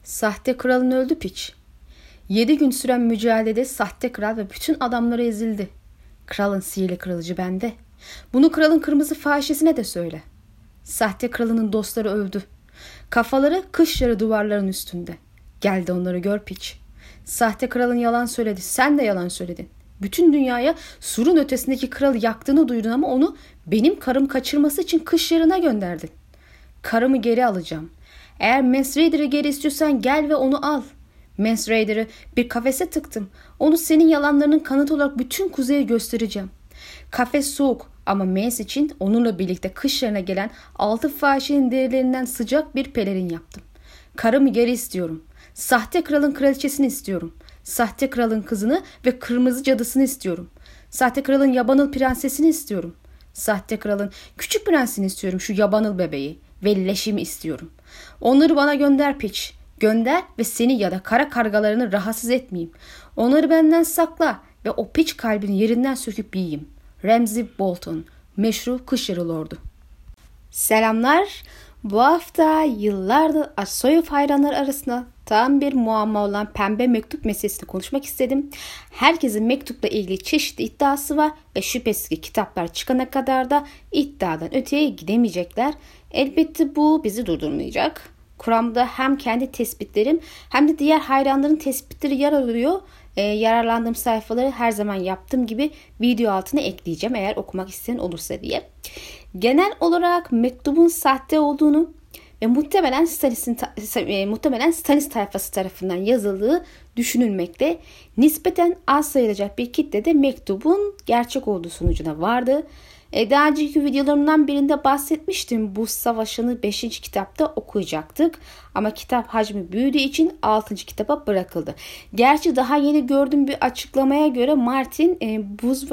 Sahte kralın öldü piç. 7 gün süren mücadelede sahte kral ve bütün adamları ezildi. Kralın sihirli kılıcı bende. Bunu kralın kırmızı fahişesine de söyle. Sahte kralının dostları öldü. Kafaları kış yarı duvarların üstünde. Gel de onları gör piç. Sahte kralın yalan söyledi. Sen de yalan söyledin. Bütün dünyaya surun ötesindeki kralı yaktığını duydun ama onu benim karım kaçırması için kış yarına gönderdin. Karımı geri alacağım. Eğer Mance Raider'ı geri istiyorsan gel ve onu al. Mance Raider'ı bir kafese tıktım. Onu senin yalanlarının kanıtı olarak bütün kuzeye göstereceğim. Kafes soğuk ama Mance için onunla birlikte kış yarına gelen 6 fahişenin derilerinden sıcak bir pelerin yaptım. Karımı geri istiyorum. Sahte kralın kraliçesini istiyorum. Sahte kralın kızını ve kırmızı cadısını istiyorum. Sahte kralın yabanıl prensesini istiyorum. Sahte kralın küçük prensini istiyorum, şu yabanıl bebeği. Ve leşimi istiyorum. Onları bana gönder piç. Gönder ve seni ya da kara kargalarını rahatsız etmeyeyim. Onları benden sakla ve o piç kalbini yerinden söküp yiyeyim. Ramsay Bolton, meşru kış yarı lordu. Selamlar. Bu hafta yıllardır Asoyuf hayranlar arasında tam bir muamma olan pembe mektup meselesini konuşmak istedim. Herkesin mektupla ilgili çeşitli iddiası var ve şüphesiz ki kitaplar çıkana kadar da iddiadan öteye gidemeyecekler. Elbette bu bizi durdurmayacak. Kuramda hem kendi tespitlerim hem de diğer hayranların tespitleri yer alıyor. Yararlandığım sayfaları her zaman yaptığım gibi video altına ekleyeceğim eğer okumak isteyen olursa diye. Genel olarak mektubun sahte olduğunu ve muhtemelen Stannis tayfası tarafından yazıldığı düşünülmekte. Nispeten az sayılacak bir kitle de mektubun gerçek olduğu sonucuna vardı. Daha önceki videolarımdan birinde bahsetmiştim. Bu savaşını 5. kitapta okuyacaktık. Ama kitap hacmi büyüdüğü için 6. kitaba bırakıldı. Gerçi daha yeni gördüğüm bir açıklamaya göre Martin Buz ve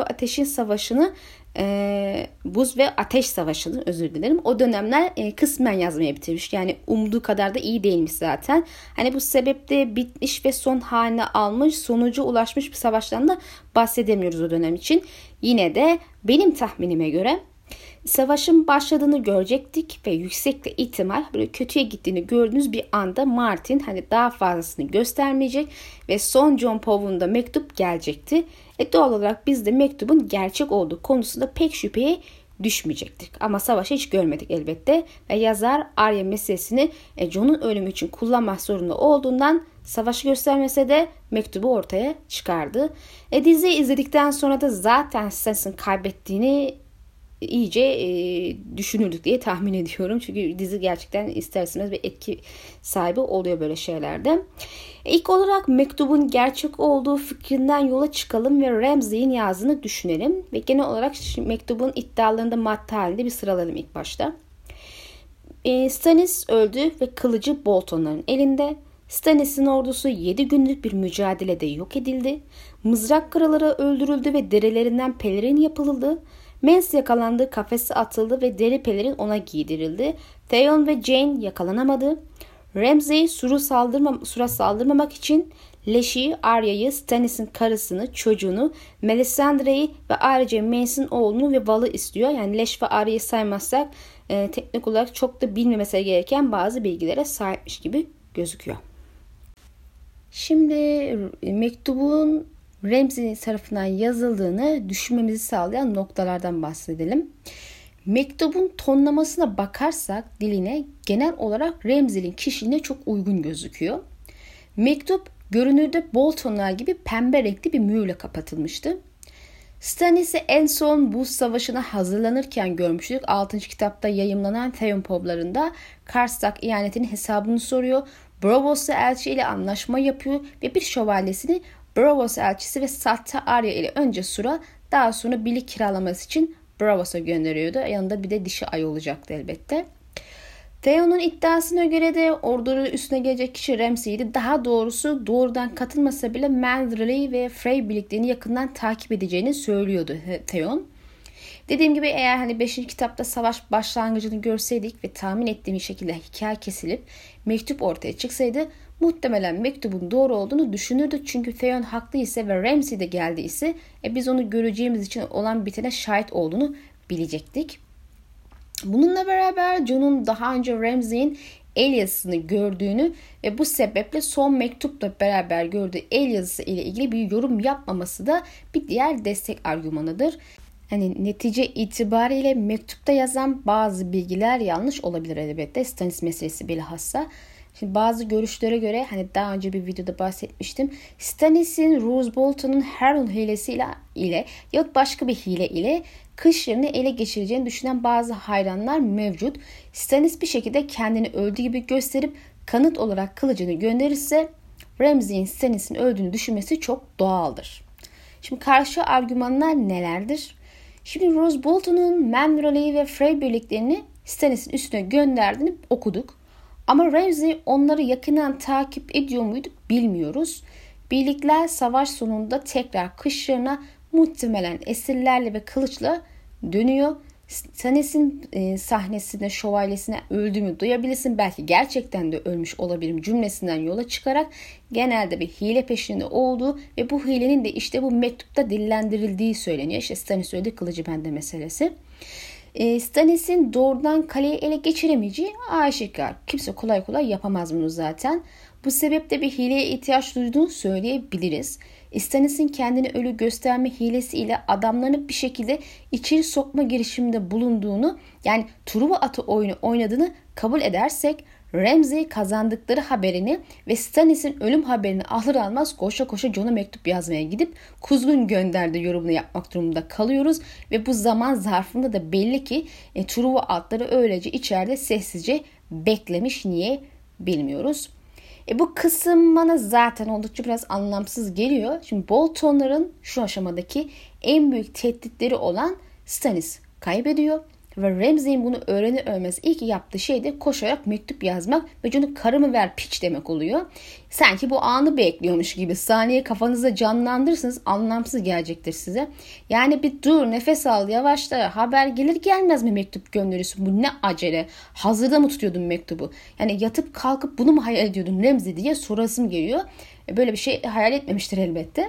Ateş Savaşı'nı o dönemler kısmen yazmaya bitirmiş. Yani umduğu kadar da iyi değilmiş zaten. Hani bu sebeple bitmiş ve son haline almış, sonuca ulaşmış bir savaştan da bahsedemiyoruz o dönem için. Yine de benim tahminime göre savaşın başladığını görecektik ve yüksekle ihtimal böyle kötüye gittiğini gördüğünüz bir anda Martin daha fazlasını göstermeyecek ve son Jon Pov'un da mektup gelecekti. Doğal olarak biz de mektubun gerçek olduğu konusunda pek şüpheye düşmeyecektik. Ama savaşı hiç görmedik elbette ve yazar Arya meselesini Jon'un ölümü için kullanmak zorunda olduğundan savaşı göstermese de mektubu ortaya çıkardı. Diziyi izledikten sonra da zaten Stannis'in kaybettiğini iyice düşünürdük diye tahmin ediyorum. Çünkü dizi gerçekten isterseniz bir etki sahibi oluyor böyle şeylerde. İlk olarak mektubun gerçek olduğu fikrinden yola çıkalım ve Ramsay'in yazdığını düşünelim. Ve genel olarak mektubun iddialarını da madde halinde bir sıralayalım ilk başta. Stannis öldü ve kılıcı Bolton'ların elinde. Stannis'in ordusu 7 günlük bir mücadelede yok edildi. Mızrak kraları öldürüldü ve derilerinden pelerin yapıldı. Mance yakalandı, kafese atıldı ve deri pelerin ona giydirildi. Theon ve Jane yakalanamadı. Ramsay sura saldırmamak için Leşi, Arya'yı, Stannis'in karısını, çocuğunu, Melisandre'yi ve ayrıca Mance'in oğlunu ve Val'ı istiyor. Yani Leş ve Arya'yı saymazsak teknik olarak çok da bilmemesi gereken bazı bilgilere sahipmiş gibi gözüküyor. Şimdi mektubun Ramsay tarafından yazıldığını düşünmemizi sağlayan noktalardan bahsedelim. Mektubun tonlamasına bakarsak diline genel olarak Ramsay'in kişiliğine çok uygun gözüküyor. Mektup görünürde Boltonlar gibi pembe renkli bir mühürle kapatılmıştı. Stannis'i en son Buz Savaşı'na hazırlanırken görmüştük. 6. kitapta yayımlanan Theon Povlarında Karstark ihanetinin hesabını soruyor. Braavos'la elçi ile anlaşma yapıyor ve bir şövalyesini Braavos elçisi ve sahte Arya ile önce Sur'a, daha sonra birlik kiralaması için Braavos'a gönderiyordu. Yanında bir de dişi ay olacaktı elbette. Theon'un iddiasına göre de ordunun üstüne gelecek kişi Ramsay'di. Daha doğrusu doğrudan katılmasa bile Manderley ve Frey birliklerini yakından takip edeceğini söylüyordu Theon. Dediğim gibi eğer 5. kitapta savaş başlangıcını görseydik ve tahmin ettiğim şekilde hikaye kesilip mektup ortaya çıksaydı muhtemelen mektubun doğru olduğunu düşünürdük. Çünkü Theon haklıysa ve Ramsay de geldiyse biz onu göreceğimiz için olan bitene şahit olduğunu bilecektik. Bununla beraber Jon'un daha önce Ramsay'in el yazısını gördüğünü ve bu sebeple son mektupla beraber gördüğü el yazısı ile ilgili bir yorum yapmaması da bir diğer destek argümanıdır. Hani netice itibariyle mektupta yazan bazı bilgiler yanlış olabilir elbette. Stannis meselesi bilhassa. Şimdi bazı görüşlere göre hani daha önce bir videoda bahsetmiştim. Stannis'in Roose Bolton'un Harrow hilesiyle ya başka bir hile ile kışlarını ele geçireceğini düşünen bazı hayranlar mevcut. Stannis bir şekilde kendini öldüğü gibi gösterip kanıt olarak kılıcını gönderirse Ramsay'in Stannis'in öldüğünü düşünmesi çok doğaldır. Şimdi karşı argümanlar nelerdir? Şimdi Roose Bolton'un Manderley ve Frey birliklerini Stannis'in üstüne gönderdiğini okuduk. Ama Ramsay onları yakından takip ediyor muydu bilmiyoruz. Birlikler savaş sonunda tekrar kışlarına muhtemelen esirlerle ve kılıçla dönüyor. Stannis'in sahnesinde şövalyesine öldüğümü duyabilirsin. Belki gerçekten de ölmüş olabilirim cümlesinden yola çıkarak genelde bir hile peşinde olduğu ve bu hilenin de işte bu mektupta dillendirildiği söyleniyor. İşte Stannis öldü, kılıcı bende meselesi. Stannis'in doğrudan kaleyi ele geçiremeyeceği aşikar. Kimse kolay kolay yapamaz bunu zaten. Bu sebeple bir hileye ihtiyaç duyduğunu söyleyebiliriz. Stannis'in kendini ölü gösterme hilesiyle adamlarını bir şekilde içeri sokma girişiminde bulunduğunu, yani Truva atı oyunu oynadığını kabul edersek Ramsay kazandıkları haberini ve Stannis'in ölüm haberini alır almaz koşa koşa Jon'a mektup yazmaya gidip kuzgun gönderdi yorumunu yapmak durumunda kalıyoruz ve bu zaman zarfında da belli ki Truva atları öylece içeride sessizce beklemiş. Niye bilmiyoruz. Bu kısım bana zaten oldukça biraz anlamsız geliyor. Şimdi Boltonların şu aşamadaki en büyük tehditleri olan Stannis kaybediyor. Ve Ramsay'in bunu öğrenir ölmez ilk yaptığı şey de koşarak mektup yazmak ve Jon'a karımı ver piç demek oluyor. Sanki bu anı bekliyormuş gibi saniye kafanızda canlandırırsınız, anlamsız gelecektir size. Yani bir dur, nefes al, yavaşla, haber gelir gelmez mi mektup gönderiyorsun? Bu ne acele? Hazırda mı tutuyordun mektubu? Yani yatıp kalkıp bunu mu hayal ediyordun Ramsay diye sorasım geliyor. Böyle bir şey hayal etmemiştir elbette.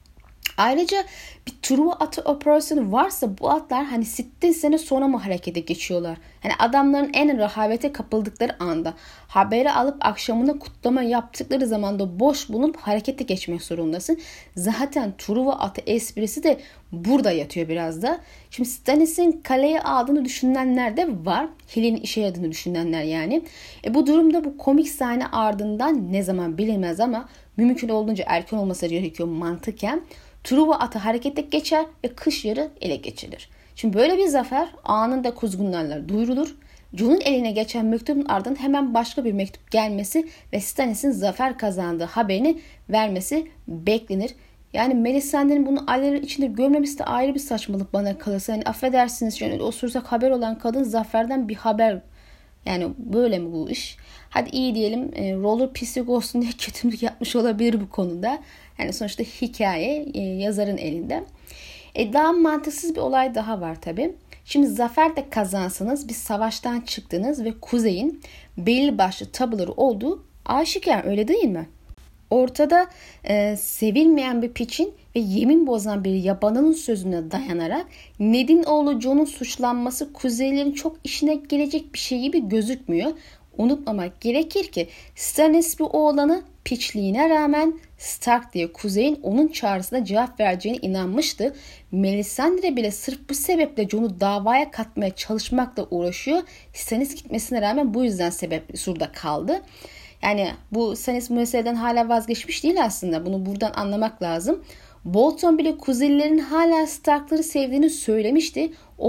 Ayrıca bir Truva atı operasyonu varsa bu atlar hani 60 sene sonra mı harekete geçiyorlar? Yani adamların en rehavete kapıldıkları anda haberi alıp akşamına kutlama yaptıkları zaman da boş bulunup harekete geçmek zorundasın. Zaten Truva atı esprisi de burada yatıyor biraz da. Şimdi Stannis'in kaleye aldığını düşünenler de var. Hile'nin işe yaradığını düşünenler yani. Bu durumda bu komik sahne ardından ne zaman bilinmez ama mümkün olduğunca erken olması gerekiyor mantıken. Truva atı harekete geçer ve kış yarı ele geçirilir. Şimdi böyle bir zafer anında kuzgunlarla duyurulur. Jon'un eline geçen mektubun ardından hemen başka bir mektup gelmesi ve Stannis'in zafer kazandığı haberini vermesi beklenir. Yani Melisandre'nin bunu aileler içinde görmemesi de ayrı bir saçmalık bana kalırsa. Yani affedersiniz şöyle osursak haber olan kadın zaferden bir haber. Yani böyle mi bu iş? Hadi iyi diyelim roller pislik olsun diye kötülük yapmış olabilir bu konuda. Yani sonuçta hikaye yazarın elinde. Daha mantıksız bir olay daha var tabii. Şimdi zafer de kazansanız bir savaştan çıktınız ve kuzeyin belli başlı tabuları olduğu aşikar, öyle değil mi? Ortada sevilmeyen bir piçin ve yemin bozan bir yabanının sözüne dayanarak Ned'in oğlu Jon'un suçlanması kuzeylerin çok işine gelecek bir şey gibi gözükmüyor. Unutmamak gerekir ki Stannis bu oğlanı piçliğine rağmen Stark diye kuzeyin onun çağrısına cevap vereceğine inanmıştı. Melisandre bile sırf bu sebeple Jon'u davaya katmaya çalışmakla uğraşıyor. Stannis gitmesine rağmen bu yüzden surda kaldı. Yani bu Stannis bu meseleden hala vazgeçmiş değil aslında. Bunu buradan anlamak lazım. Bolton bile Kuzeylilerin hala Stark'ları sevdiğini söylemişti.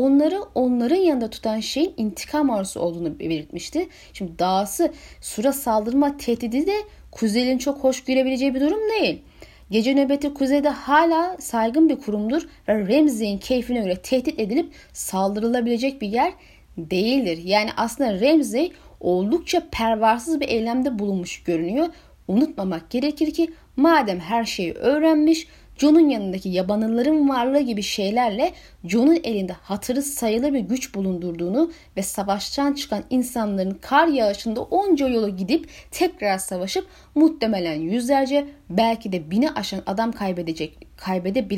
Onların yanında tutan şeyin intikam arzusu olduğunu belirtmişti. Şimdi dahası Sur'a saldırma tehdidi de Kuzeylilerin çok hoş görebileceği bir durum değil. Gece nöbeti Kuzey'de hala saygın bir kurumdur ve Ramsay'in keyfine göre tehdit edilip saldırılabilecek bir yer değildir. Yani aslında Ramsay oldukça pervasız bir eylemde bulunmuş görünüyor. Unutmamak gerekir ki madem her şeyi öğrenmiş, Jon'un yanındaki yabanılların varlığı gibi şeylerle Jon'un elinde hatırı sayılır bir güç bulundurduğunu ve savaştan çıkan insanların kar yağışında onca yolu gidip tekrar savaşıp muhtemelen yüzlerce belki de 1000'i aşan adam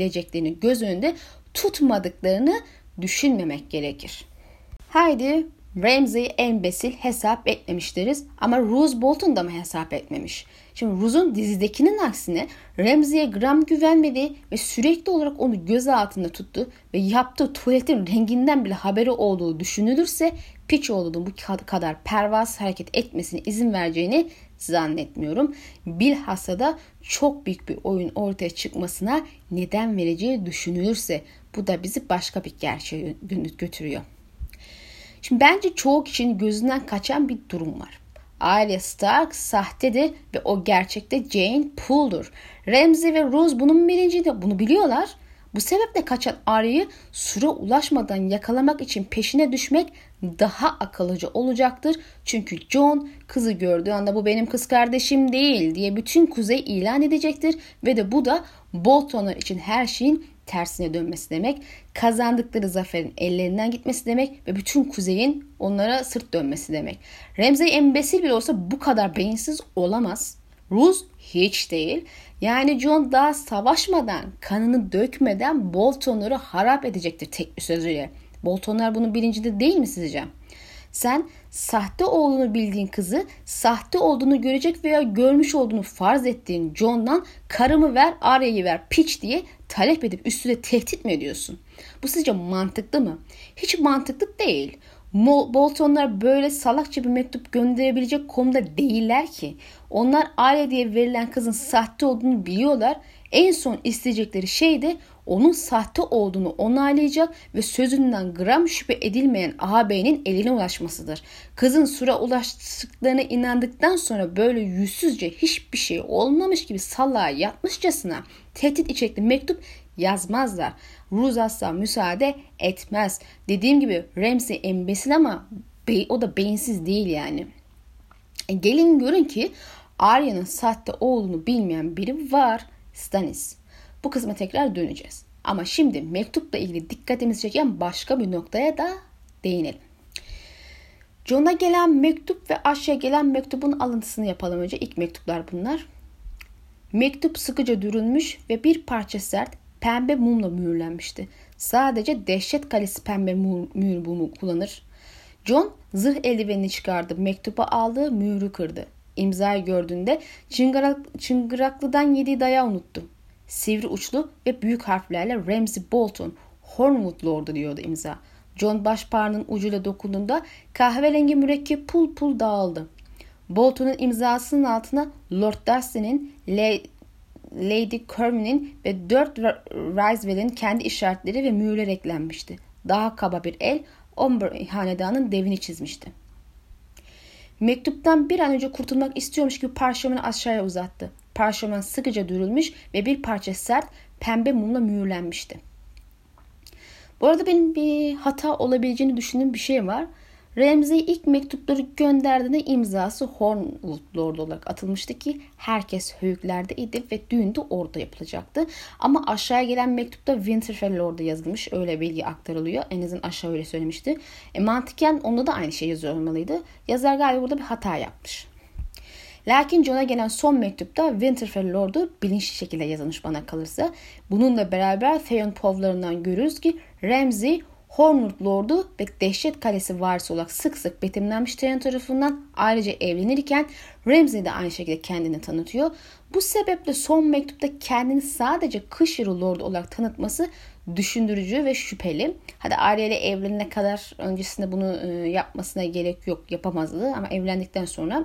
kaybedebileceklerini göz önünde tutmadıklarını düşünmemek gerekir. Haydi Ramsay embesil hesap etmemiş deriz ama Roose Bolton da mı hesap etmemiş? Şimdi Roose'un dizidekinin aksine Ramsay'e gram güvenmedi ve sürekli olarak onu göz altında tuttu ve yaptığı tuvaletin renginden bile haberi olduğu düşünülürse Piçoğlu'nun bu kadar pervasız hareket etmesine izin vereceğini zannetmiyorum. Bilhassa da çok büyük bir oyun ortaya çıkmasına neden vereceği düşünülürse bu da bizi başka bir gerçeğe götürüyor. Şimdi bence çoğu kişinin gözünden kaçan bir durum var. Arya Stark sahtedir ve o gerçekte Jane Poole'dur. Ramsay ve Roose bunun bilincinde, bunu biliyorlar. Bu sebeple kaçan Arya'yı Sur'a ulaşmadan yakalamak için peşine düşmek daha akıllıca olacaktır. Çünkü Jon kızı gördüğü anda bu benim kız kardeşim değil diye bütün kuzey ilan edecektir. Ve de bu da Boltonlar için her şeyin tersine dönmesi demek. Kazandıkları zaferin ellerinden gitmesi demek ve bütün kuzeyin onlara sırt dönmesi demek. Ramsay embesil bile olsa bu kadar beyinsiz olamaz. Roose hiç değil. Yani Jon daha savaşmadan, kanını dökmeden Boltonları harap edecektir tek bir sözüyle. Boltonlar bunun bilincinde değil mi sizce? Sen sahte olduğunu bildiğin kızı sahte olduğunu görecek veya görmüş olduğunu farz ettiğin Jon'dan karımı ver, Arya'yı ver, piç diye talep edip üstüne tehdit mi ediyorsun? Bu sizce mantıklı mı? Hiç mantıklı değil. Boltonlar böyle salakça bir mektup gönderebilecek konumda değiller ki. Onlar Arya diye verilen kızın sahte olduğunu biliyorlar. En son isteyecekleri şey de onun sahte olduğunu onaylayacak ve sözünden gram şüphe edilmeyen ağabeyinin eline ulaşmasıdır. Kızın Sur'a ulaştıklarına inandıktan sonra böyle yüzsüzce hiçbir şey olmamış gibi salağa yatmışçasına tehdit içerikli mektup yazmazlar. Roose asla müsaade etmez. Dediğim gibi Ramsay embesil ama o da beyinsiz değil yani. Gelin görün ki Arya'nın sahte olduğunu bilmeyen biri var. Stannis. Bu kısma tekrar döneceğiz. Ama şimdi mektupla ilgili dikkatimizi çeken başka bir noktaya da değinelim. Jon'a gelen mektup ve Asya'ya gelen mektubun alıntısını yapalım önce. İlk mektuplar bunlar. Mektup sıkıca dürülmüş ve bir parça sert pembe mumla mühürlenmişti. Sadece Dehşet Kalesi pembe mühür mumu kullanır. Jon zırh eldivenini çıkardı. Mektubu aldı, mühürü kırdı. İmzayı gördüğünde çıngıraklıdan yediği dayağı unuttu. Sivri uçlu ve büyük harflerle Ramsay Bolton, Hornwood Lord'u diyordu imza. Jon başparmağının ucuyla dokunduğunda kahverengi mürekkep pul pul dağıldı. Bolton'un imzasının altına Lord Darcy'nin, Lady Corwin'in ve 4 Ryswell'in kendi işaretleri ve mühürler eklenmişti. Daha kaba bir el Omber hanedanın devini çizmişti. Mektuptan bir an önce kurtulmak istiyormuş gibi parşömeni aşağıya uzattı. Parşömen sıkıca dürülmüş ve bir parça sert pembe mumla mühürlenmişti. Bu arada benim bir hata olabileceğini düşündüğüm bir şey var. Ramsay ilk mektupları gönderdiğinde imzası Hornwood Lord olarak atılmıştı ki herkes höyüklerdeydi ve düğün de orada yapılacaktı. Ama aşağıya gelen mektupta Winterfell Lord'a yazılmış. Öyle bilgi aktarılıyor. En azından aşağı öyle söylemişti. Mantıken onda da aynı şey yazıyor olmalıydı. Yazar galiba burada bir hata yapmış. Lakin Jon'a gelen son mektupta Winterfell Lord'u bilinçli şekilde yazılmış bana kalırsa. Bununla beraber Theon povlarından görürüz ki Ramsay Hornwood Lord'u ve Dehşet Kalesi varisi olarak sık sık betimlenmiş Theon tarafından ayrıca evlenirken Ramsay de aynı şekilde kendini tanıtıyor. Bu sebeple son mektupta kendini sadece Kış Yarı Lord olarak tanıtması düşündürücü ve şüpheli. Hadi Arya ile evlenene kadar öncesinde bunu yapmasına gerek yok, yapamazdı ama evlendikten sonra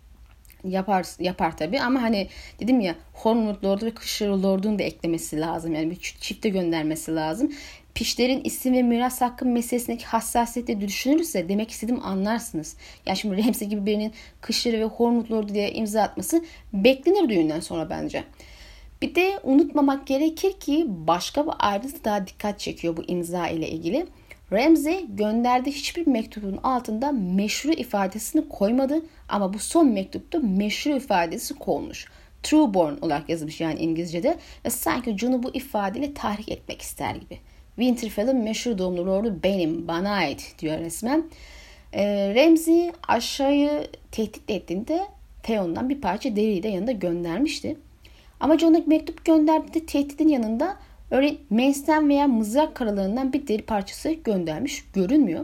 yapar tabii ama hani dedim ya Hornwood Lord'u ve Kış Yarı Lord'un da eklemesi lazım. Yani bir çifte göndermesi lazım. Pişlerin isim ve miras hakkı meselesindeki hassasiyeti düşünürse demek istediğimi anlarsınız. Yani şimdi Ramsay gibi birinin Kışları ve Hornwood Lord'u diye imza atması beklenir düğünden sonra bence. Bir de unutmamak gerekir ki başka bir ayrıntı daha dikkat çekiyor bu imza ile ilgili. Ramsay gönderdiği hiçbir mektubun altında meşru ifadesini koymadı ama bu son mektupta meşru ifadesi konmuş. Trueborn olarak yazılmış yani İngilizce'de ve sanki Jon'u bu ifadeyle tahrik etmek ister gibi. Winterfell'in meşhur doğumlu lordu benim, bana ait diyor resmen. Ramsay aşağıyı tehdit ettiğinde Theon'dan bir parça deriyi de yanında göndermişti. Ama Jon'a mektup gönderdiğinde tehditin yanında örneğin Mace'den veya mızrak karalarından bir deri parçası göndermiş görünmüyor.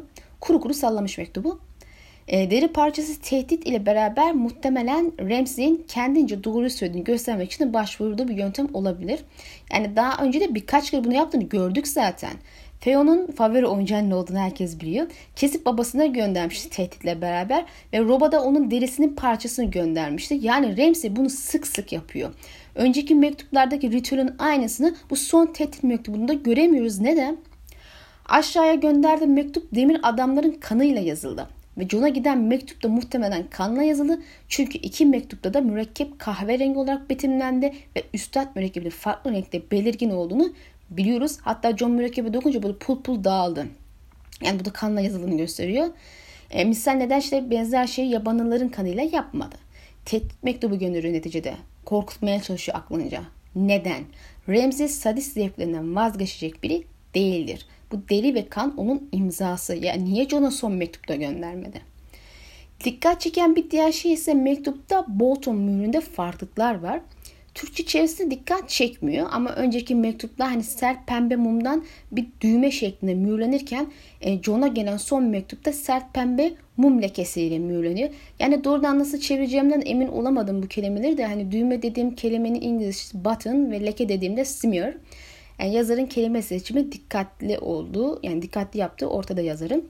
kuru kuru sallamış mektubu. Deri parçası tehdit ile beraber muhtemelen Ramsey'in kendince doğru söylediğini göstermek için başvurduğu bir yöntem olabilir. Yani daha önce de birkaç kere bunu yaptığını gördük zaten. Theon'un favori oyuncağının ne olduğunu herkes biliyor. Kesip babasına göndermişti tehditle beraber ve Rob'a da onun derisinin parçasını göndermişti. Yani Ramsey bunu sık sık yapıyor. Önceki mektuplardaki ritüelin aynısını bu son tehdit mektubunda göremiyoruz. Neden? Aşağıya gönderdiği mektup demir adamların kanıyla yazıldı. Ve Jon'a giden mektup da muhtemelen kanla yazılı. Çünkü iki mektupta da mürekkep kahverengi olarak betimlendi ve üstad mürekkebinin farklı renkte belirgin olduğunu biliyoruz. Hatta Jon mürekkebe dokunca böyle pul pul dağıldı. Yani bu da kanla yazıldığını gösteriyor. Misal neden işte benzer şeyi yabanlıların kanıyla yapmadı? Tehdit mektubu gönderiyor neticede. Korkutmaya çalışıyor aklınca. Neden? Ramsay sadist zevklerinden vazgeçecek biri değildir. Bu deri ve kan onun imzası. Yani niye Jon'a son mektupta göndermedi? Dikkat çeken bir diğer şey ise mektupta Bolton mühründe farklılıklar var. Türkçe çevirisine dikkat çekmiyor ama önceki mektupta hani sert pembe mumdan bir düğme şeklinde mühürlenirken Jon'a gelen son mektupta sert pembe mum lekesiyle mühürleniyor. Yani doğrudan nasıl çevireceğimden emin olamadım bu kelimeleri de. Hani düğme dediğim kelimenin İngilizcesi button ve leke dediğimde smear. Yani yazarın kelime seçimi dikkatli olduğu, yani dikkatli yaptığı ortada yazarın.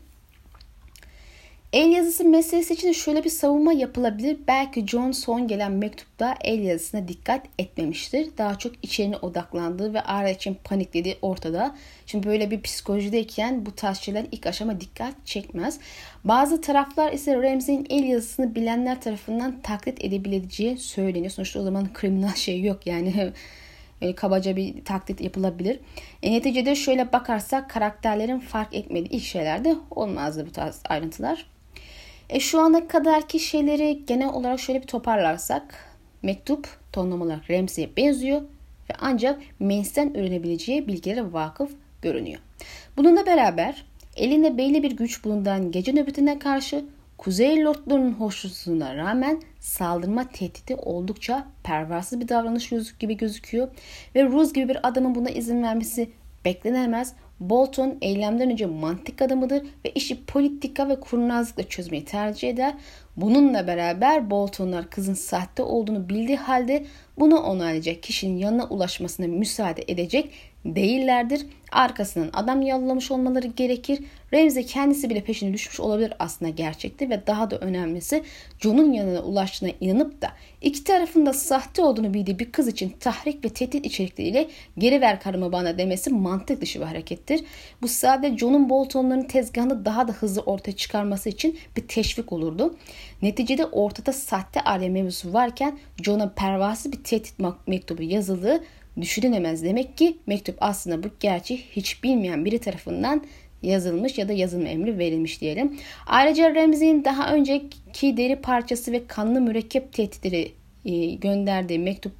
El yazısı meselesi için de şöyle bir savunma yapılabilir. Belki Jon son gelen mektupta el yazısına dikkat etmemiştir. Daha çok içeriğine odaklandığı ve Arya için paniklediği ortada. Şimdi böyle bir psikolojideyken bu tarz şeyler ilk aşama dikkat çekmez. Bazı taraflar ise Ramsay'in el yazısını bilenler tarafından taklit edebileceği söyleniyor. Sonuçta o zaman kriminal şey yok yani. Kabaca bir taklit yapılabilir. Neticede şöyle bakarsak karakterlerin fark etmediği ilk şeylerde olmazdı bu tarz ayrıntılar. Şu ana kadarki şeyleri genel olarak şöyle bir toparlarsak mektup tonlama olarak Ramsay'e benziyor ve ancak Mace'den öğrenebileceği bilgilere vakıf görünüyor. Bununla beraber elinde belli bir güç bulunduğundan gece nöbetine karşı Kuzey Lordlarının hoşnutsuzluğuna rağmen saldırma tehdidi oldukça pervasız bir davranış gibi gözüküyor. Ve Roose gibi bir adamın buna izin vermesi beklenemez. Bolton eylemden önce mantık adamıdır ve işi politika ve kurnazlıkla çözmeyi tercih eder. Bununla beraber Boltonlar kızın sahte olduğunu bildiği halde bunu onaylayacak kişinin yanına ulaşmasına müsaade edecek değillerdir. Arkasından adam yollamış olmaları gerekir. Ramsay kendisi bile peşine düşmüş olabilir aslında gerçekte ve daha da önemlisi Jon'un yanına ulaştığına inanıp da iki tarafında sahte olduğunu bildiği bir kız için tahrik ve tehdit içerikleriyle geri ver karımı bana demesi mantık dışı bir harekettir. Bu sadece Jon'un Bolton'ların tezgahını daha da hızlı ortaya çıkarması için bir teşvik olurdu. Neticede ortada sahte Arya mevzusu varken Jon'a pervasız bir tehdit mektubu yazıldığı düşünülemez. Demek ki mektup aslında bu gerçeği hiç bilmeyen biri tarafından yazılmış ya da yazılma emri verilmiş diyelim. Ayrıca Ramsay'in daha önceki deri parçası ve kanlı mürekkep tehditleri gönderdiği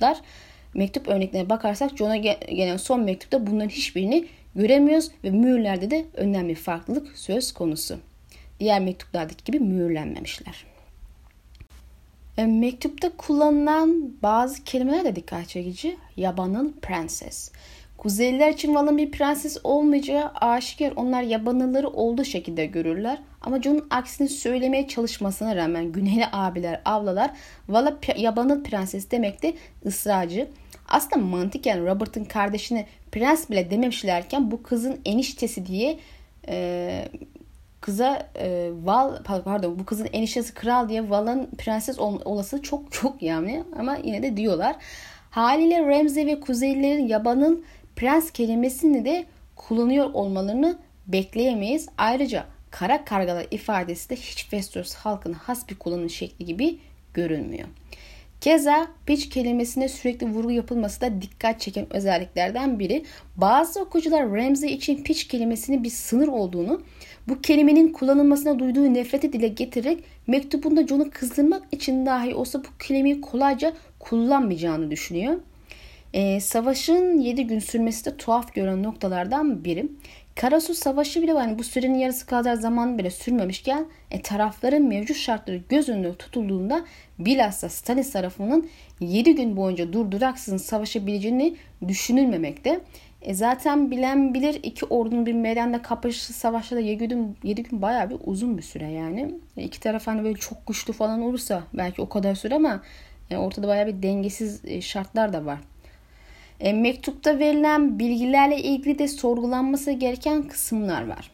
mektup örneklerine bakarsak Jon'a gelen son mektupta bunların hiçbirini göremiyoruz ve mühürlerde de önemli bir farklılık söz konusu. Diğer mektuplardaki gibi mühürlenmemişler. Mektupta kullanılan bazı kelimeler de dikkat çekici. Yabanıl prenses. Kuzeyliler için Val'ın bir prenses olmayacağı aşikar, onlar yabanılları olduğu şekilde görürler. Ama Jon'un aksini söylemeye çalışmasına rağmen Güneyli abiler, avlalar Val'a yabanıl prenses demekte ısrarcı. Aslında mantıken Robert'ın kardeşine prens bile dememişlerken bu kızın eniştesi diye bu kızın eniştesi kral diye Val'ın prenses olası çok yani ama yine de diyorlar. Haliyle Ramsay ve Kuzeylilerin yabanıl prens kelimesini de kullanıyor olmalarını bekleyemeyiz. Ayrıca kara kargalar ifadesi de hiç Westeros halkına has bir kullanım şekli gibi görünmüyor. Keza pitch kelimesine sürekli vurgu yapılması da dikkat çeken özelliklerden biri. Bazı okuyucular Ramsay için pitch kelimesinin bir sınır olduğunu, bu kelimenin kullanılmasına duyduğu nefreti dile getirerek mektubunda Jon'u kızdırmak için dahi olsa bu kelimeyi kolayca kullanmayacağını düşünüyor. Savaşın 7 gün sürmesi de tuhaf gören noktalardan biri. Karasu Savaşı bile bu sürenin yarısı kadar zaman bile sürmemişken tarafların mevcut şartları göz önünde tutulduğunda bilhassa Stannis tarafının 7 gün boyunca durduraksızın savaşabileceğini düşünülmemekte. Zaten bilen bilir, iki ordunun bir meydanda kapıştığı savaşta da 7 gün bayağı bir uzun bir süre yani. İki taraf hani böyle çok güçlü falan olursa belki o kadar süre ama ortada bayağı bir dengesiz şartlar da var. Mektupta verilen bilgilerle ilgili de sorgulanması gereken kısımlar var.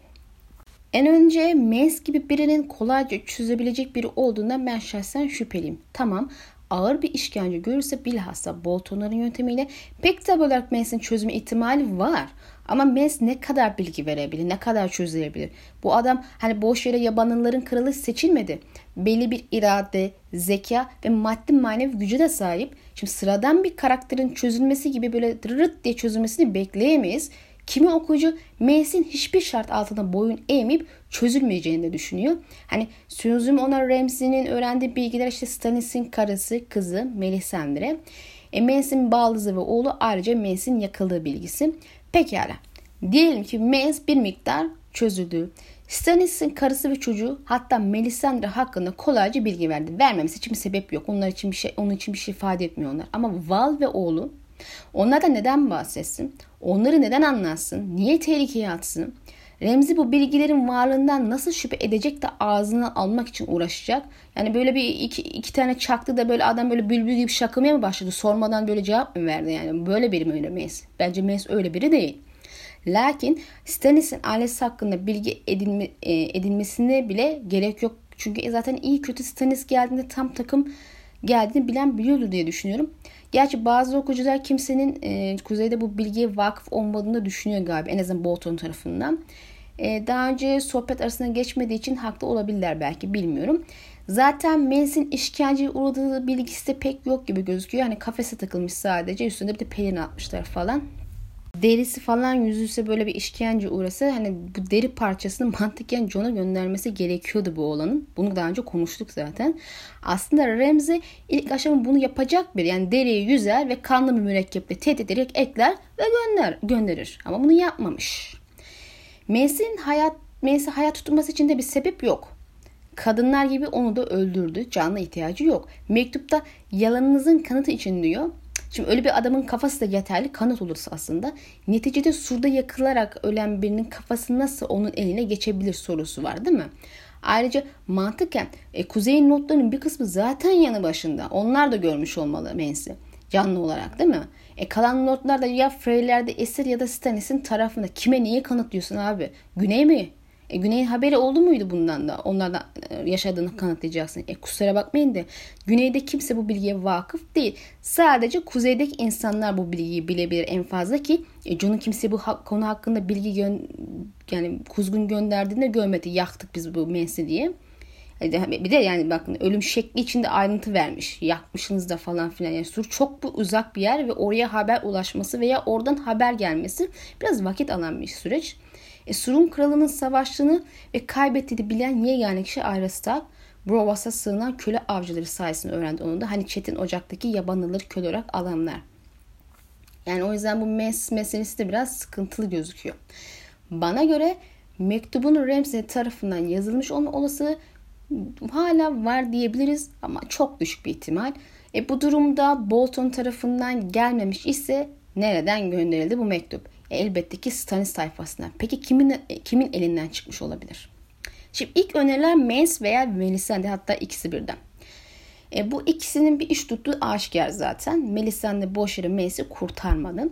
En önce Mace gibi birinin kolayca çözebilecek biri olduğundan ben şahsen şüpheliyim. Tamam, ağır bir işkence görürse bilhassa Bolton'ların yöntemiyle pek tabi olarak Mace'in çözme ihtimali var. Ama Mace ne kadar bilgi verebilir, ne kadar çözebilir? Bu adam hani boş yere yabanlıların kralı seçilmedi. Belli bir irade, zeka ve maddi manevi gücü de sahip. Şimdi sıradan bir karakterin çözülmesi gibi böyle rırt diye çözülmesini bekleyemeyiz. Kimi okuyucu Mace'in hiçbir şart altında boyun eğmeyip çözülmeyeceğini de düşünüyor. Hani sözüm ona Ramsay'nin öğrendiği bilgiler işte Stannis'in karısı, kızı Melisandre. Mace'in baldızı ve oğlu, ayrıca Mace'in yakıldığı bilgisi. Pekala. Diyelim ki Mace bir miktar çözüldü. Stannis'in karısı ve çocuğu, hatta Melisandre hakkında kolayca bilgi verdi. Vermemesi için bir sebep yok. Onun için bir şey ifade etmiyor onlar. Ama Val ve oğlu, onlardan neden bahsetsin? Onları neden anlatsın? Niye tehlikeye atsın? Ramsay bu bilgilerin varlığından nasıl şüphe edecek de ağzına almak için uğraşacak? Yani böyle bir iki tane çaktı da böyle adam böyle bülbül gibi şakımaya mı başladı? Sormadan böyle cevap mı verdi? Yani böyle biri mi öyle Mace? Bence Mace öyle biri değil. Lakin Stannis'in ailesi hakkında bilgi edinmesine bile gerek yok. Çünkü zaten iyi kötü Stannis geldiğinde tam takım geldiğini bilen biliyordu diye düşünüyorum. Gerçi bazı okuyucular kimsenin kuzeyde bu bilgiye vakıf olmadığını da düşünüyor galiba. En azından Bolton tarafından. Daha önce sohbet arasında geçmediği için haklı olabilirler belki, bilmiyorum. Zaten Mace'in işkenceye uğradığı bilgisi de pek yok gibi gözüküyor. Hani kafese takılmış sadece. Üstünde bir de pelerin atmışlar falan. Derisi falan yüzülse, böyle bir işkence uğrasa hani bu deri parçasını mantıken Jon'a göndermesi gerekiyordu bu oğlanın. Bunu daha önce konuştuk zaten. Aslında Ramsay ilk aşama bunu yapacak bir, yani deriyi yüzer ve kanlı bir mürekkeple tehdit ederek ekler ve gönderir. Ama bunu yapmamış. Mace'in hayat tutması için de bir sebep yok. Kadınlar gibi onu da öldürdü. Canlı ihtiyacı yok. Mektupta yalanınızın kanıtı için diyor. Şimdi öyle bir adamın kafası da yeterli kanıt olursa aslında. Neticede surda yakılarak ölen birinin kafası nasıl onun eline geçebilir sorusu var, değil mi? Ayrıca mantıken Kuzey'in notlarının bir kısmı zaten yanı başında. Onlar da görmüş olmalı Mace'i canlı olarak, değil mi? Kalan notlar da ya Freyler'de esir ya da Stannis'in tarafında. Kime niye kanıtlıyorsun abi? Güney mi? Güney'in haberi oldu muydu bundan da? Onlardan yaşadığını kanıtlayacaksın. Kusura bakmayın da Güney'de kimse bu bilgiye vakıf değil. Sadece kuzeydeki insanlar bu bilgiyi bilebilir en fazla ki Jon'un kimse bu konu hakkında bilgi yani kuzgun gönderdiğinde görmedi. Yaktık biz bu Mace'i diye. Bir de yani bakın ölüm şekli içinde ayrıntı vermiş. Yakmışsınız da falan filan. Yani Sur çok uzak bir yer ve oraya haber ulaşması veya oradan haber gelmesi biraz vakit alan bir süreç. Sur'un kralının savaştığını ve kaybettiğini bilen yegane kişi Arya Stark. Brovas'a sığınan köle avcıları sayesinde öğrendi onu da. Hani Çetin Ocak'taki yabanlıları köle olarak alanlar. Yani o yüzden bu meselesi de biraz sıkıntılı gözüküyor. Bana göre mektubun Ramsay tarafından yazılmış olma olasılığı hala var diyebiliriz ama çok düşük bir ihtimal. Bu durumda Bolton tarafından gelmemiş ise nereden gönderildi bu mektup? Elbette ki Stannis tayfasından. Peki kimin elinden çıkmış olabilir? Şimdi ilk öneriler Mace veya Melisandre, hatta ikisi birden. Bu ikisinin bir iş tuttuğu aşikar zaten. Melisandre boş yere Mace'i kurtarmadı.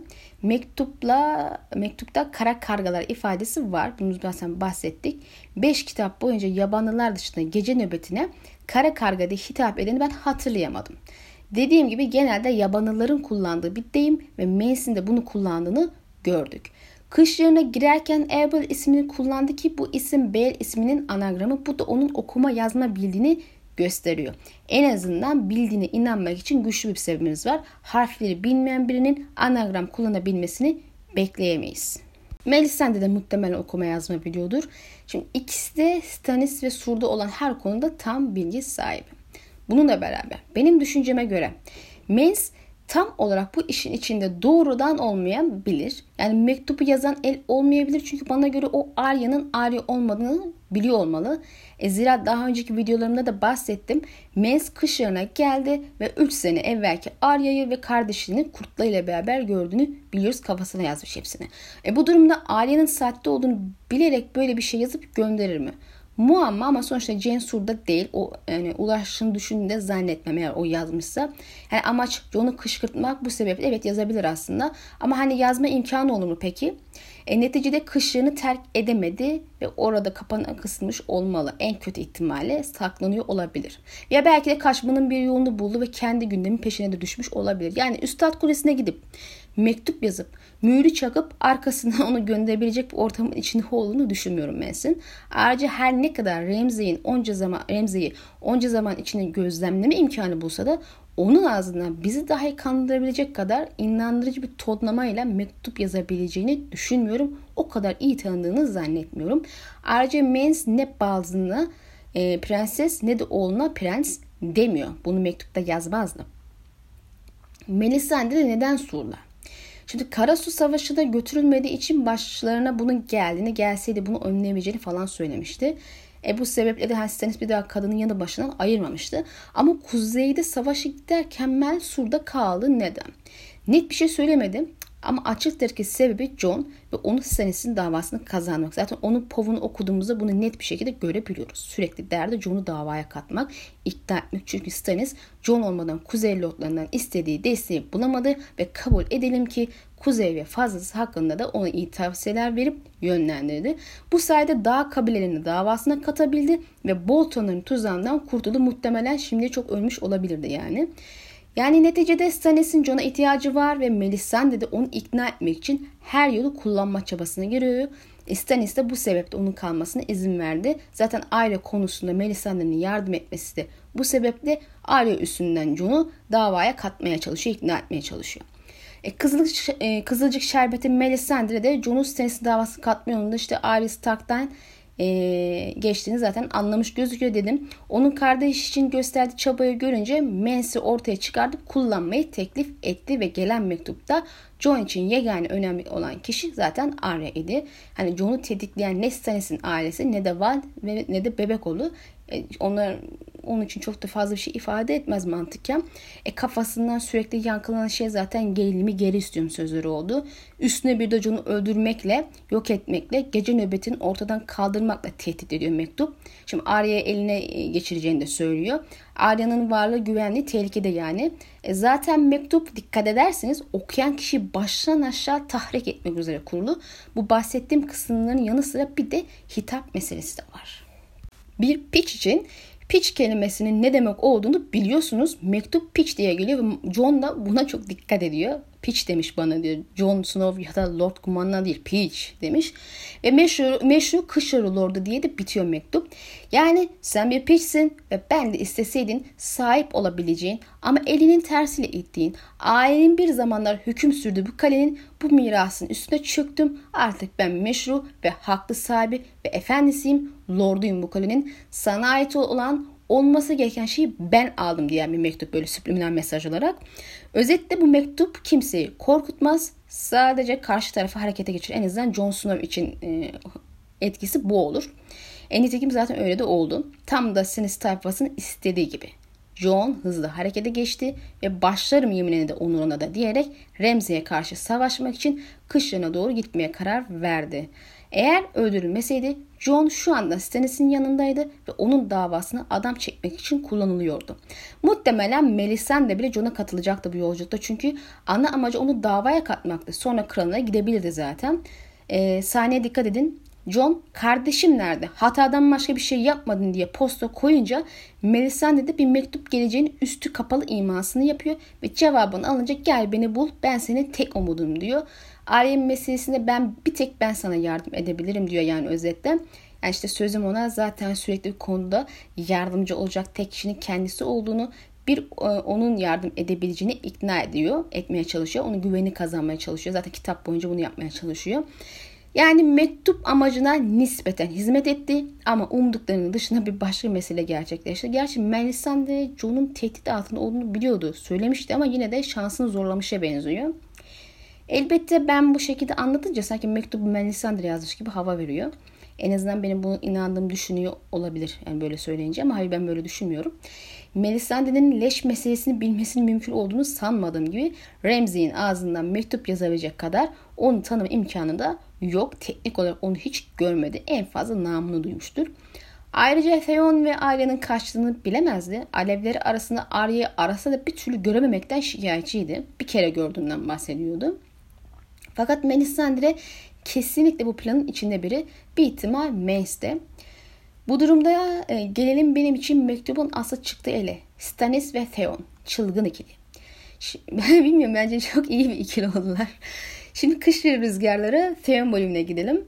Mektupta kara kargalar ifadesi var. Bunu zaten bahsettik. 5 kitap boyunca yabanlılar dışında gece nöbetine kara karga diye hitap edeni ben hatırlayamadım. Dediğim gibi genelde yabanlıların kullandığı bir deyim ve Mace'in de bunu kullandığını gördük. Kışlarına girerken Erbel ismini kullandı ki bu isim Bel isminin anagramı. Bu da onun okuma yazma bildiğini gösteriyor. En azından bildiğine inanmak için güçlü bir sebebimiz var. Harfleri bilmeyen birinin anagram kullanabilmesini bekleyemeyiz. Melisandre de muhtemelen okuma yazma biliyordur. Şimdi ikisi de Stannis ve Sur'da olan her konuda tam bilgi sahibi. Bununla beraber benim düşünceme göre Mace tam olarak bu işin içinde doğrudan olmayabilir. Yani mektubu yazan el olmayabilir. Çünkü bana göre o Arya'nın Arya olmadığını biliyor olmalı. Zira daha önceki videolarımda da bahsettim. Mance kış yarına geldi ve 3 sene evvelki Arya'yı ve kardeşini kurtlarıyla beraber gördüğünü biliyoruz. Kafasına yazmış hepsini. Bu durumda Arya'nın sahte olduğunu bilerek böyle bir şey yazıp gönderir mi? Muamma, ama sonuçta Censur'da değil. O yani ulaştığını düşündüğünde zannetmem eğer o yazmışsa. Yani amaç Jon'u kışkırtmak, bu sebeple evet yazabilir aslında. Ama hani yazma imkanı olur mu peki? Neticede kışlığını terk edemedi ve orada kapana kısılmış olmalı. En kötü ihtimalle saklanıyor olabilir. Ya belki de kaçmanın bir yolunu buldu ve kendi gündemin peşine de düşmüş olabilir. Yani Üstad Kulesi'ne gidip mektup yazıp mühürü çakıp arkasından onu gönderebilecek bir ortamın içinde olduğunu düşünmüyorum Mance'in. Ayrıca her ne kadar Ramsay'i onca zaman içinde gözlemleme imkanı bulsa da onun ağzından bizi dahi kandırabilecek kadar inandırıcı bir tonlamayla mektup yazabileceğini düşünmüyorum. O kadar iyi tanıdığını zannetmiyorum. Ayrıca Mance ne bazına prenses ne de oğluna prens demiyor. Bunu mektupta yazmazdı. Melisandre de neden surlar? Şimdi Karasu Savaşı'na götürülmediği için başlarına bunun geldiğini, gelseydi bunu önleyebileceğini falan söylemişti. Bu sebeple de Stannis bir daha kadının yanı başından ayırmamıştı. Ama kuzeyde savaşa giderken Mel Sur'da kaldı. Neden? Net bir şey söylemedim. Ama açıktır ki sebebi Jon ve onun Stannis'in davasını kazanmak. Zaten onun povunu okuduğumuzda bunu net bir şekilde görebiliyoruz. Sürekli derdi Jon'u davaya katmak, ikna etmek. Çünkü Stannis Jon olmadan Kuzey Lordlarından istediği desteği bulamadı ve kabul edelim ki Kuzey ve fazlası hakkında da ona iyi tavsiyeler verip yönlendirdi. Bu sayede dağ kabilelerini davasına katabildi ve Bolton'un tuzağından kurtuldu. Muhtemelen şimdi çok ölmüş olabilirdi yani. Yani neticede Stannis'in Jon'a ihtiyacı var ve Melisandre de onu ikna etmek için her yolu kullanma çabasına giriyor. Stannis de bu sebeple onun kalmasına izin verdi. Zaten Arya konusunda Melisandre'nin yardım etmesi de bu sebeple Arya üstünden Jon'u davaya katmaya çalışıyor, ikna etmeye çalışıyor. Kızılcık Şerbeti Melisandre de Jon'u Stannis'in davasını katma yolunda işte Arya Stark'tan geçtiğini zaten anlamış gözüküyor dedim. Onun kardeş için gösterdiği çabayı görünce Mance'i ortaya çıkartıp kullanmayı teklif etti ve gelen mektupta Jon için yegane önemli olan kişi zaten Arya idi. Hani Jon'u tetikleyen ne Stannis'in ailesi ne de Val ve ne de Bebekoğlu. Onlar onun için çok da fazla bir şey ifade etmez mantıken. Kafasından sürekli yankılanan şey zaten gelimi geri istiyorum sözleri oldu. Üstüne bir de Jon'u öldürmekle, yok etmekle, gece nöbetini ortadan kaldırmakla tehdit ediyor mektup. Şimdi Arya'ya eline geçireceğini de söylüyor. Arya'nın varlığı, güvenliği tehlikede yani. Zaten mektup dikkat ederseniz okuyan kişi baştan aşağı tahrik etmek üzere kurulu. Bu bahsettiğim kısımların yanı sıra bir de hitap meselesi de var. Bir piç için piç kelimesinin ne demek olduğunu biliyorsunuz. Mektup piç diye geliyor ve Jon da buna çok dikkat ediyor. Piç demiş bana diyor. Jon Snow ya da Lord Kumandan değil, piç demiş. Ve meşru Kışları Lordu diye de bitiyor mektup. Yani sen bir piçsin ve ben de isteseydin sahip olabileceğin ama elinin tersiyle ittiğin, ailenin bir zamanlar hüküm sürdüğü bu kalenin bu mirasın üstüne çöktüm. Artık ben meşru ve haklı sahibi ve efendisiyim, lorduyum bu kalenin. Sana ait olan olması gereken şeyi ben aldım diyen bir mektup, böyle subliminal mesaj olarak. Özetle bu mektup kimseyi korkutmaz. Sadece karşı tarafı harekete geçirir. En azından Jon Snow için etkisi bu olur. Nitekim zaten öyle de oldu. Tam da Stannis tayfasının istediği gibi. Jon hızlı harekete geçti ve başlarım yeminine de onuruna da diyerek Ramsay'e karşı savaşmak için kışlarına doğru gitmeye karar verdi. Eğer öldürülmeseydi Jon şu anda Stannis'in yanındaydı ve onun davasını adam çekmek için kullanılıyordu. Muhtemelen Melisandre bile Jon'a katılacaktı bu yolculukta, çünkü ana amacı onu davaya katmaktı. Sonra kralına gidebilirdi zaten. Sahneye dikkat edin. Jon kardeşim nerede? Hatadan başka bir şey yapmadın diye posta koyunca Melisandre de bir mektup geleceğini üstü kapalı imasını yapıyor ve cevabını alınca gel beni bul, ben senin tek umudum diyor. Arya'nın meselesinde ben sana yardım edebilirim diyor yani özetle. Yani işte sözüm ona zaten sürekli bir konuda yardımcı olacak tek kişinin kendisi olduğunu, onun yardım edebileceğini ikna etmeye çalışıyor. Onun güvenini kazanmaya çalışıyor. Zaten kitap boyunca bunu yapmaya çalışıyor. Yani mektup amacına nispeten hizmet etti ama umduklarının dışında bir başka mesele gerçekleşti. Gerçi Melisandre Jon'un tehdit altında olduğunu biliyordu, söylemişti ama yine de şansını zorlamışa benziyor. Elbette ben bu şekilde anlatınca sanki mektubu Melisandre yazmış gibi hava veriyor. En azından benim bunu inandığım düşünüyor olabilir. Yani böyle söyleyince ama hayır ben böyle düşünmüyorum. Melisandre'nin leş meselesini bilmesinin mümkün olduğunu sanmadığım gibi Ramsay'in ağzından mektup yazabilecek kadar onu tanıma imkanı da yok. Teknik olarak onu hiç görmedi. En fazla namını duymuştur. Ayrıca Theon ve ailenin kaçtığını bilemezdi. Alevleri arasında Arya'yı arasa da bir türlü görememekten şikayetçiydi. Bir kere gördüğünden bahsediyordu. Fakat Melisandre kesinlikle bu planın içinde biri. Bir ihtimal Mace'de. Bu durumda gelelim benim için mektubun aslı çıktığı ele. Stannis ve Theon. Çılgın ikili. Bilmiyorum, bence çok iyi bir ikili oldular. Şimdi kış rüzgarları Theon bölümüne gidelim.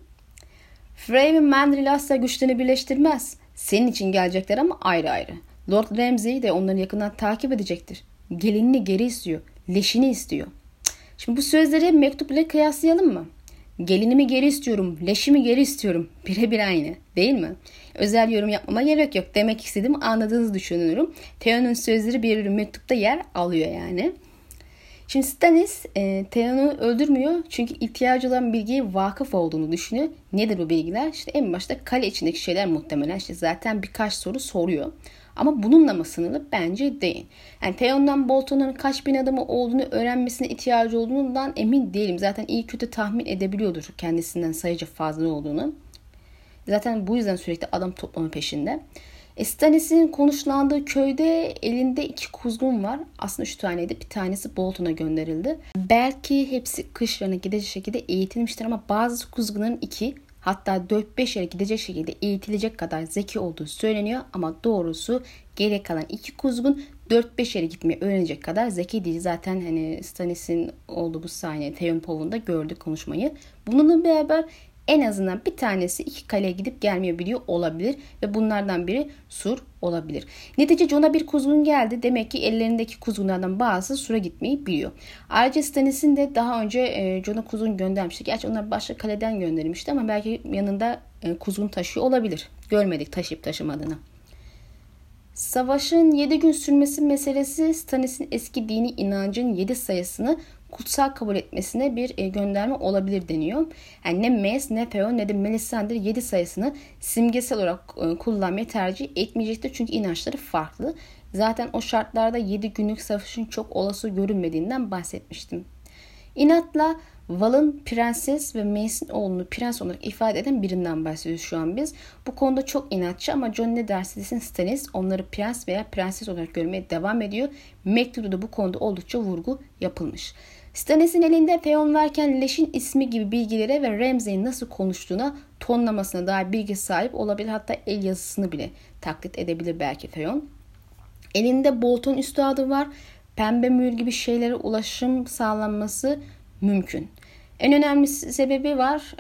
Frey ve Mandrill asla güçlerini birleştirmez. Senin için gelecekler ama ayrı ayrı. Lord Ramsay de onları yakından takip edecektir. Gelinini geri istiyor. Leşini istiyor. Şimdi bu sözleri mektup ile kıyaslayalım mı? Gelinimi geri istiyorum, leşimi geri istiyorum. Birebir aynı, değil mi? Özel yorum yapmama gerek yok. Demek istediğimi anladığınızı düşünüyorum. Theon'un sözleri bir mektupta yer alıyor yani. Şimdi Stannis Theon'u öldürmüyor çünkü ihtiyacı olan bilgiye vakıf olduğunu düşünüyor. Nedir bu bilgiler? İşte en başta kale içindeki şeyler muhtemelen. İşte zaten birkaç soru soruyor. Ama bununla mı sınırlı? Bence değil. Yani Theon'dan Bolton'un kaç bin adamı olduğunu öğrenmesine ihtiyacı olduğundan emin değilim. Zaten iyi kötü tahmin edebiliyordur kendisinden sayıca fazla olduğunu. Zaten bu yüzden sürekli adam toplama peşinde. Stannis'in konuşlandığı köyde elinde 2 kuzgun var. Aslında 3 taneydi. Bir tanesi Bolton'a gönderildi. Belki hepsi kışlarına gidecek şekilde eğitilmiştir ama bazı kuzgunların 2 hatta 4-5 yere gidecek şekilde eğitilecek kadar zeki olduğu söyleniyor. Ama doğrusu geri kalan 2 kuzgun 4-5 yere gitmeyi öğrenecek kadar zeki değil. Zaten hani Stannis'in olduğu bu sahne Theon Powell'da gördük konuşmayı. Bununla beraber en azından bir tanesi 2 kaleye gidip gelmeyebiliyor olabilir ve bunlardan biri Sur olabilir. Netice Jon'a bir kuzgun geldi. Demek ki ellerindeki kuzgunlardan bazısı Sur'a gitmeyi biliyor. Ayrıca Stannis'in de daha önce Jon'a kuzgun göndermişti. Gerçi onlar başka kaleden gönderilmişti ama belki yanında kuzgun taşıyor olabilir. Görmedik taşıyıp taşımadığını. Savaşın 7 gün sürmesi meselesi Stannis'in eski dini inancın 7 sayısını kutsal kabul etmesine bir gönderme olabilir deniyor. Yani ne Mace ne Theon ne de Melisandre 7 sayısını simgesel olarak kullanmayı tercih etmeyecektir. Çünkü inançları farklı. Zaten o şartlarda 7 günlük savaşın çok olası görünmediğinden bahsetmiştim. İnatla Val'ın prenses ve Mace'in oğlunu prens olarak ifade eden birinden bahsediyoruz şu an biz. Bu konuda çok inatçı ama Jon ne derse desin Stannis onları prens veya prenses olarak görmeye devam ediyor. Mektupta da bu konuda oldukça vurgu yapılmış. Stannis'in elinde Theon varken leşin ismi gibi bilgilere ve Ramsay'in nasıl konuştuğuna, tonlamasına dair bilgi sahip olabilir. Hatta el yazısını bile taklit edebilir belki Theon. Elinde Bolton üstadı var. Pembe mühür gibi şeylere ulaşım sağlanması mümkün. En önemli sebebi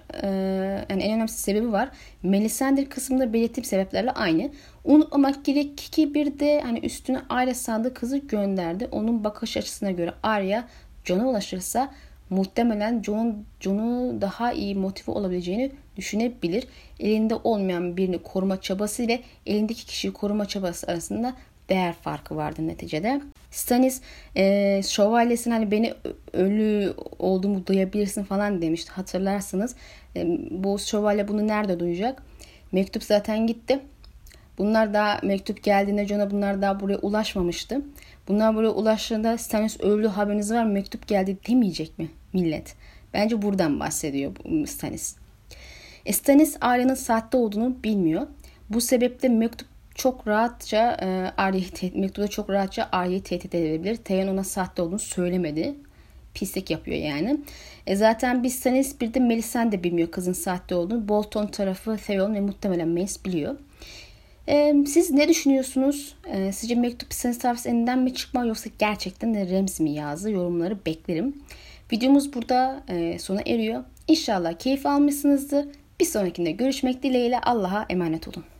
var. Melisandre kısmında belirttiğim sebeplerle aynı. Unutmamak gerek ki bir de hani üstüne Arya sandığı kızı gönderdi. Onun bakış açısına göre Arya Jon'a ulaşırsa muhtemelen Jon'u daha iyi motive olabileceğini düşünebilir. Elinde olmayan birini koruma çabası ile elindeki kişiyi koruma çabası arasında değer farkı vardı neticede. Stannis şövalyesine hani beni ölü olduğumu duyabilirsin falan demişti. Hatırlarsınız. Bu şövalye bunu nerede duyacak? Mektup zaten gitti. Bunlar daha mektup geldiğinde Jon'a bunlar daha buraya ulaşmamıştı. Bunlar buraya ulaştığında Stannis öldü haberiniz var mı? Mektup geldi demeyecek mi millet? Bence buradan bahsediyor Stannis. Stannis Arya'nın sahte olduğunu bilmiyor. Bu sebeple mektupta çok rahatça Arya'yı tehdit edebilir. Theon ona sahte olduğunu söylemedi. Pislik yapıyor yani. Zaten biz Stannis bir de Melisandre bilmiyor kızın sahte olduğunu. Bolton tarafı Theon ve muhtemelen Mace biliyor. Siz ne düşünüyorsunuz? Sizce mektup Stannis tarafından mi çıkma yoksa gerçekten de Ramsay mi yazdı? Yorumları beklerim. Videomuz burada sona eriyor. İnşallah keyif almışsınızdır. Bir sonrakinde görüşmek dileğiyle Allah'a emanet olun.